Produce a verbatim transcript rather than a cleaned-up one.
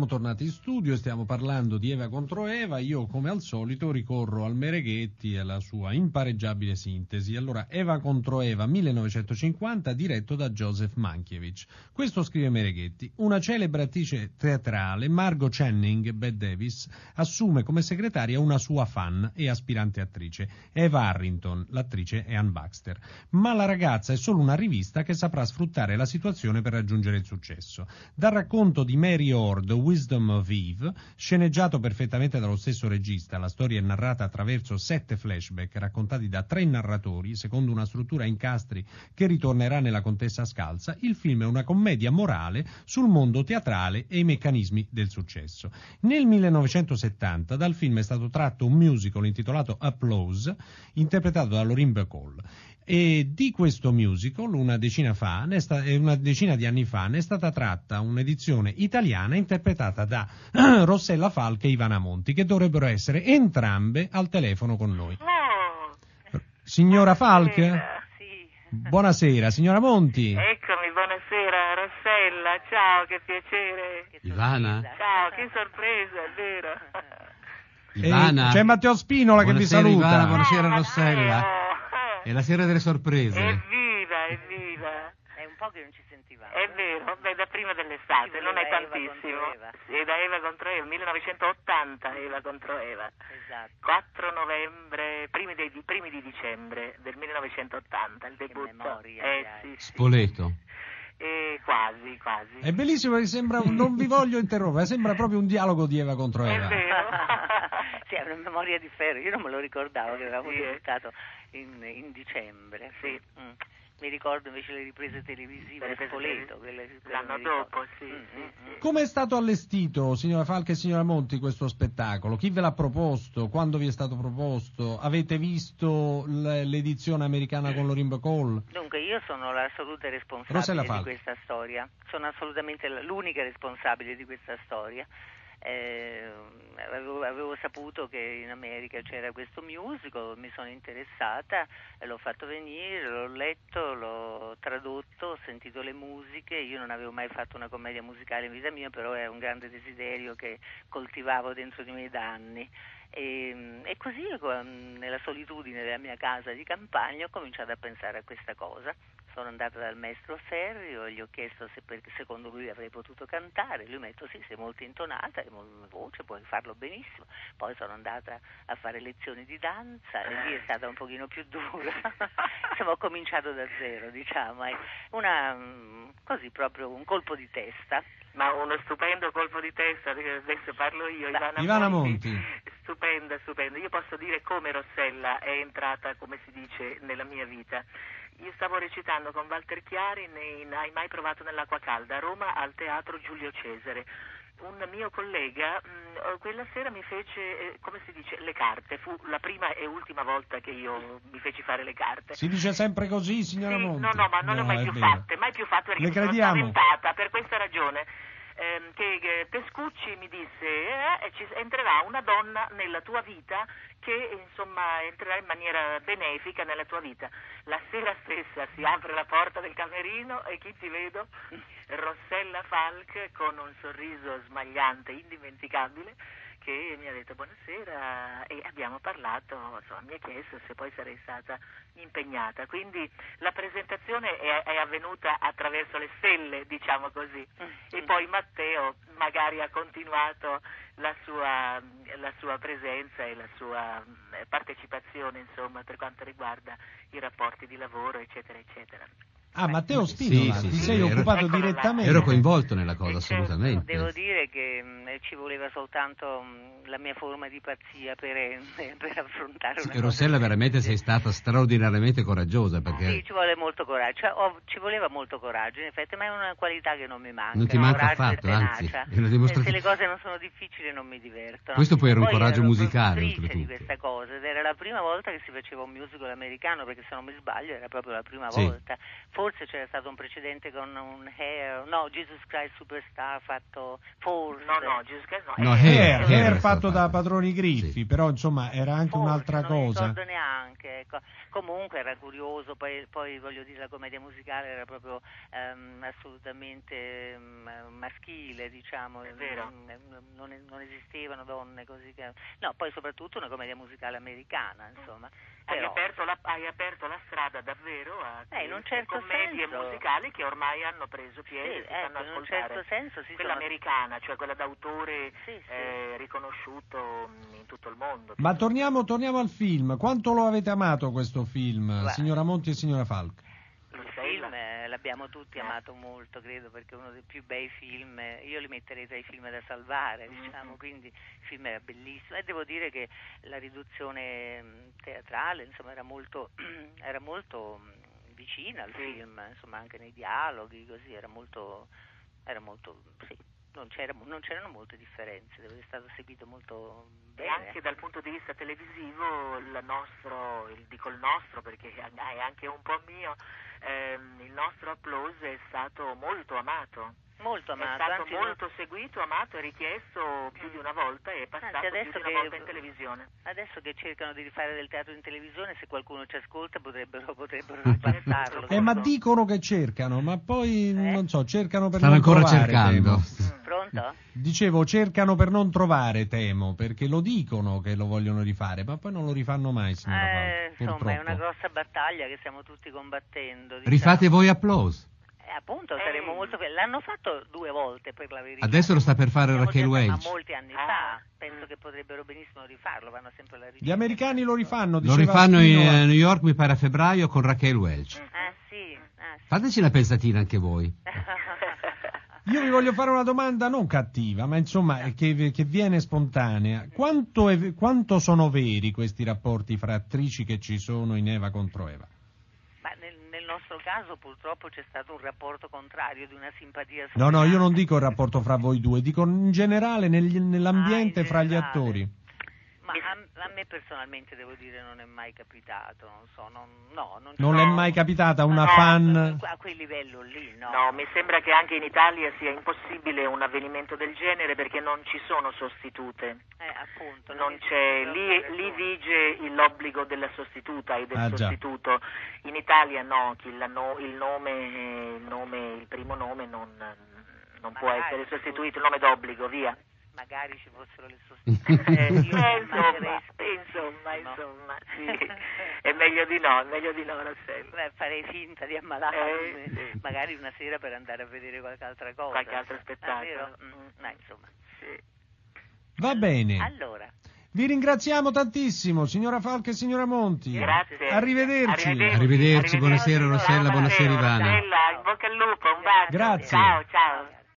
siamo tornati in studio e stiamo parlando di Eva contro Eva. Io, come al solito, ricorro al Mereghetti e alla sua impareggiabile sintesi. Allora, Eva contro Eva, millenovecentocinquanta, diretto da Joseph Mankiewicz. Questo scrive Mereghetti. Una celebre attrice teatrale, Margot Channing, Bette Davis, assume come segretaria una sua fan e aspirante attrice, Eva Arrington, l'attrice è Ann Baxter. Ma la ragazza è solo una rivista che saprà sfruttare la situazione per raggiungere il successo. Dal racconto di Mary Orr, The Wisdom of Eve, sceneggiato perfettamente dallo stesso regista, la storia è narrata attraverso sette flashback raccontati da tre narratori, secondo una struttura a incastri che ritornerà nella Contessa Scalza. Il film è una commedia morale sul mondo teatrale e i meccanismi del successo. Nel millenovecentosettanta dal film è stato tratto un musical intitolato Applause, interpretato da Lorin Bacall. E di questo musical, una decina, fa, ne sta, una decina di anni fa, ne è stata tratta un'edizione italiana interpretata da Rossella Falck e Ivana Monti, che dovrebbero essere entrambe al telefono con noi. Oh. Signora Falck? Sì. Buonasera, signora Monti. Eccomi, buonasera, Rossella, ciao, che piacere. Ivana? Ciao, che sorpresa, è vero. Ivana? Eh, c'è Matteo Spinola che vi Buonasera, saluta. Ivana, buonasera Eh, Rossella. Matteo. È la sera delle sorprese. Evviva, evviva. È un po' che non ci sentivamo. È vero, beh, da prima dell'estate, Sì, non è Eva tantissimo. contro Eva. Sì, da Eva contro Eva, millenovecentottanta, Eva contro Eva. Esatto. quattro novembre, primi, dei, primi di dicembre del millenovecentottanta, il Che debutto. memoria eh, che hai. sì, sì. Spoleto. Eh, quasi, quasi. È bellissimo perché sembra, un, non vi voglio interrompere, sembra proprio un dialogo di Eva contro È Eva. vero. Sì, è una memoria di ferro. Io non me lo ricordavo che avevamo Sì. debuttato in, in dicembre. Sì. Mm. Mi ricordo invece le riprese televisive Le di riprese Spoleto. televisive. Quelle, quelle L'anno mi ricordo. dopo, sì, Mm, sì, mm, sì. mm. Come è stato allestito, signora Falck e signora Monti, questo spettacolo? Chi ve l'ha proposto? Quando vi è stato proposto? Avete visto l- l'edizione americana con Lorin Bacall? Dunque, io sono l'assoluta responsabile Rossella di Falck. questa storia. Sono assolutamente l- l'unica responsabile di questa storia. Eh, avevo, avevo saputo che in America c'era questo musical, mi sono interessata, e l'ho fatto venire, l'ho letto, l'ho tradotto, ho sentito le musiche. Io non avevo mai fatto una commedia musicale in vita mia, però è un grande desiderio che coltivavo dentro di me da anni. E, e così, nella solitudine della mia casa di campagna, ho cominciato a pensare a questa cosa. Sono andata dal maestro Serrio e gli ho chiesto se per, secondo lui avrei potuto cantare. Lui mi ha detto sì, sei molto intonata, hai molta voce, puoi farlo benissimo. Poi sono andata a fare lezioni di danza e lì è stata un pochino più dura. Insomma, ho cominciato da zero, diciamo. È una, così proprio un colpo di testa. Ma uno stupendo colpo di testa, adesso parlo io, Ivana, Ivana Monti. Monti. Stupenda, stupenda. Io posso dire come Rossella è entrata, come si dice, nella mia vita. Io stavo recitando con Walter Chiari in Hai mai provato nell'acqua calda a Roma al Teatro Giulio Cesare. Un mio collega mh, quella sera mi fece, eh, come si dice, le carte. Fu la prima e ultima volta che io mi feci fare le carte. Si dice sempre così, signora Sì, Monti? no, no, ma non le ho mai è più vero. fatte, mai più fatte perché Le mi sono crediamo. spaventata per questa ragione. Ehm, che eh, Pescucci mi disse eh, ci entrerà una donna nella tua vita che insomma entrerà in maniera benefica nella tua vita. La sera stessa si apre la porta del camerino e chi ti vedo? Rossella Falck con un sorriso smagliante, indimenticabile, che mi ha detto buonasera e abbiamo parlato, insomma mi ha chiesto se poi sarei stata impegnata, quindi la presentazione è, è avvenuta attraverso le stelle, diciamo così, e poi Matteo magari ha continuato la sua, la sua presenza e la sua partecipazione, insomma, per quanto riguarda i rapporti di lavoro, eccetera, eccetera. Ah, Matteo Spinola, Sì, sì, ti sì, sei ero- occupato Eccola là. direttamente? Ero coinvolto nella cosa, Certo. assolutamente. Devo dire che mh, ci voleva soltanto mh, la mia forma di pazzia perenne per affrontare Sì, una cosa Rossella, così. veramente sei stata straordinariamente coraggiosa, perché Sì, ci vuole molto coraggio, cioè, ho- ci voleva molto coraggio in effetti, ma è una qualità che non mi manca. Non ti manca coraggio affatto, e anzi, tenacia. è una dimostrazione- E se le cose non sono difficili non mi divertono. Questo poi era un Poi coraggio ero musicale, produttrice di oltretutto. questa cosa ed era la prima volta che si faceva un musical americano, perché se non mi sbaglio era proprio la prima Sì. volta. Forse c'era stato un precedente con un Hair, no, Jesus Christ Superstar fatto forse. No, no, Gesù Cristo No, no. Hair, Hair, Hair Hair è fatto stato da fatto. Padroni Griffi, Sì. però insomma era anche Forse, un'altra non mi cosa. ricordo neanche. anche, ecco. Comunque era curioso, poi, poi voglio dire la commedia musicale era proprio ehm, assolutamente um, maschile, diciamo, È vero. non, non esistevano donne così che... No, poi soprattutto una commedia musicale americana, insomma. Hai, Però... aperto la, hai aperto la strada davvero a Eh, in un queste certo commedie senso. musicali che ormai hanno preso piede Sì, e si fanno ecco, in un ascoltare. certo senso sì, quella sono... americana, cioè quella d'autore Sì, sì. eh, riconosciuto mh, in tutto il mondo. Ma torniamo, torniamo al film. Quanto lo avete amato questo film, Guarda. signora Monti e signora Falk? Il film eh, l'abbiamo tutti amato molto, credo, perché è uno dei più bei film, eh, io li metterei tra i film da salvare, diciamo, quindi il film era bellissimo e devo dire che la riduzione mh, teatrale, insomma, era molto, era molto mh, vicina al Sì. film, insomma, anche nei dialoghi, così, era molto, era molto, sì, non, c'era, non c'erano molte differenze, deve essere stato seguito molto E bene. anche dal punto di vista televisivo, il nostro, il, dico il nostro perché è anche un po' mio, ehm, il nostro Applause è stato molto amato. Molto amato, è stato anzi, molto seguito, amato e richiesto più di una volta e è passato Anzi, più adesso di una che- volta in televisione. Adesso che cercano di rifare del teatro in televisione, se qualcuno ci ascolta potrebbero, potrebbero ripassarlo. Eh, ma dicono che cercano, ma poi Eh? non so, cercano per Stanno non ancora trovare, cercando. temo. Pronto? Dicevo, cercano per non trovare, temo, perché lo dicono che lo vogliono rifare, ma poi non lo rifanno mai, signora Eh, Falk, insomma, è una purtroppo. grossa battaglia che stiamo tutti combattendo. diciamo. Rifate voi Applause. Eh, appunto, Eh. saremo molto... L'hanno fatto due volte, per la verità. Adesso lo sta per fare Siamo Raquel già- Welch. Ma molti anni Ah. fa. Penso che potrebbero benissimo rifarlo, vanno sempre alla ricerca. Gli americani lo rifanno, Lo diceva rifanno in, Spinola. a New York, mi pare a febbraio, con Raquel Welch. Ah, sì. Ah, sì. Fateci una pensatina anche voi. Io vi voglio fare una domanda non cattiva, ma insomma che, che viene spontanea. Quanto, è- quanto sono veri questi rapporti fra attrici che ci sono in Eva contro Eva? Ma nel, nel nostro caso purtroppo c'è stato un rapporto contrario di una simpatia No, no, sfrenata. io non dico il rapporto fra voi due, dico in generale negli- nell'ambiente Ah, in fra gli generale. attori. Ma a, a me personalmente devo dire non è mai capitato, non so, non, no, non, Non No. è mai capitata una No, fan... a quel livello lì, no. No, mi sembra che anche in Italia sia impossibile un avvenimento del genere perché non ci sono sostitute. Eh, appunto. Non esiste c'è, proprio lì, ragione. lì vige l'obbligo della sostituta e del Ah, già. sostituto. In Italia no, chi la no- il, nome, eh, il nome, il primo nome non, non può Magari essere ci sostituito, il fosse- nome d'obbligo, via. Magari ci fossero le sostituzioni. Eh, Io eh, mi insomma, immaginerei- insomma, no. insomma, sì. È meglio di no, è meglio di no, Rossello. Beh, farei finta di ammalarmi, Eh, sì. magari una sera per andare a vedere qualche altra cosa. Qualche altro spettacolo. Ah, vero? Mm, no, insomma. Sì. Va bene. Allora, Vi ringraziamo tantissimo, signora Falk e signora Monti. Grazie. Arrivederci. Arrivederci, buonasera, Rossella, buonasera, Ivana. Rossella, in bocca al lupo, un bacio. Grazie. Ciao, ciao.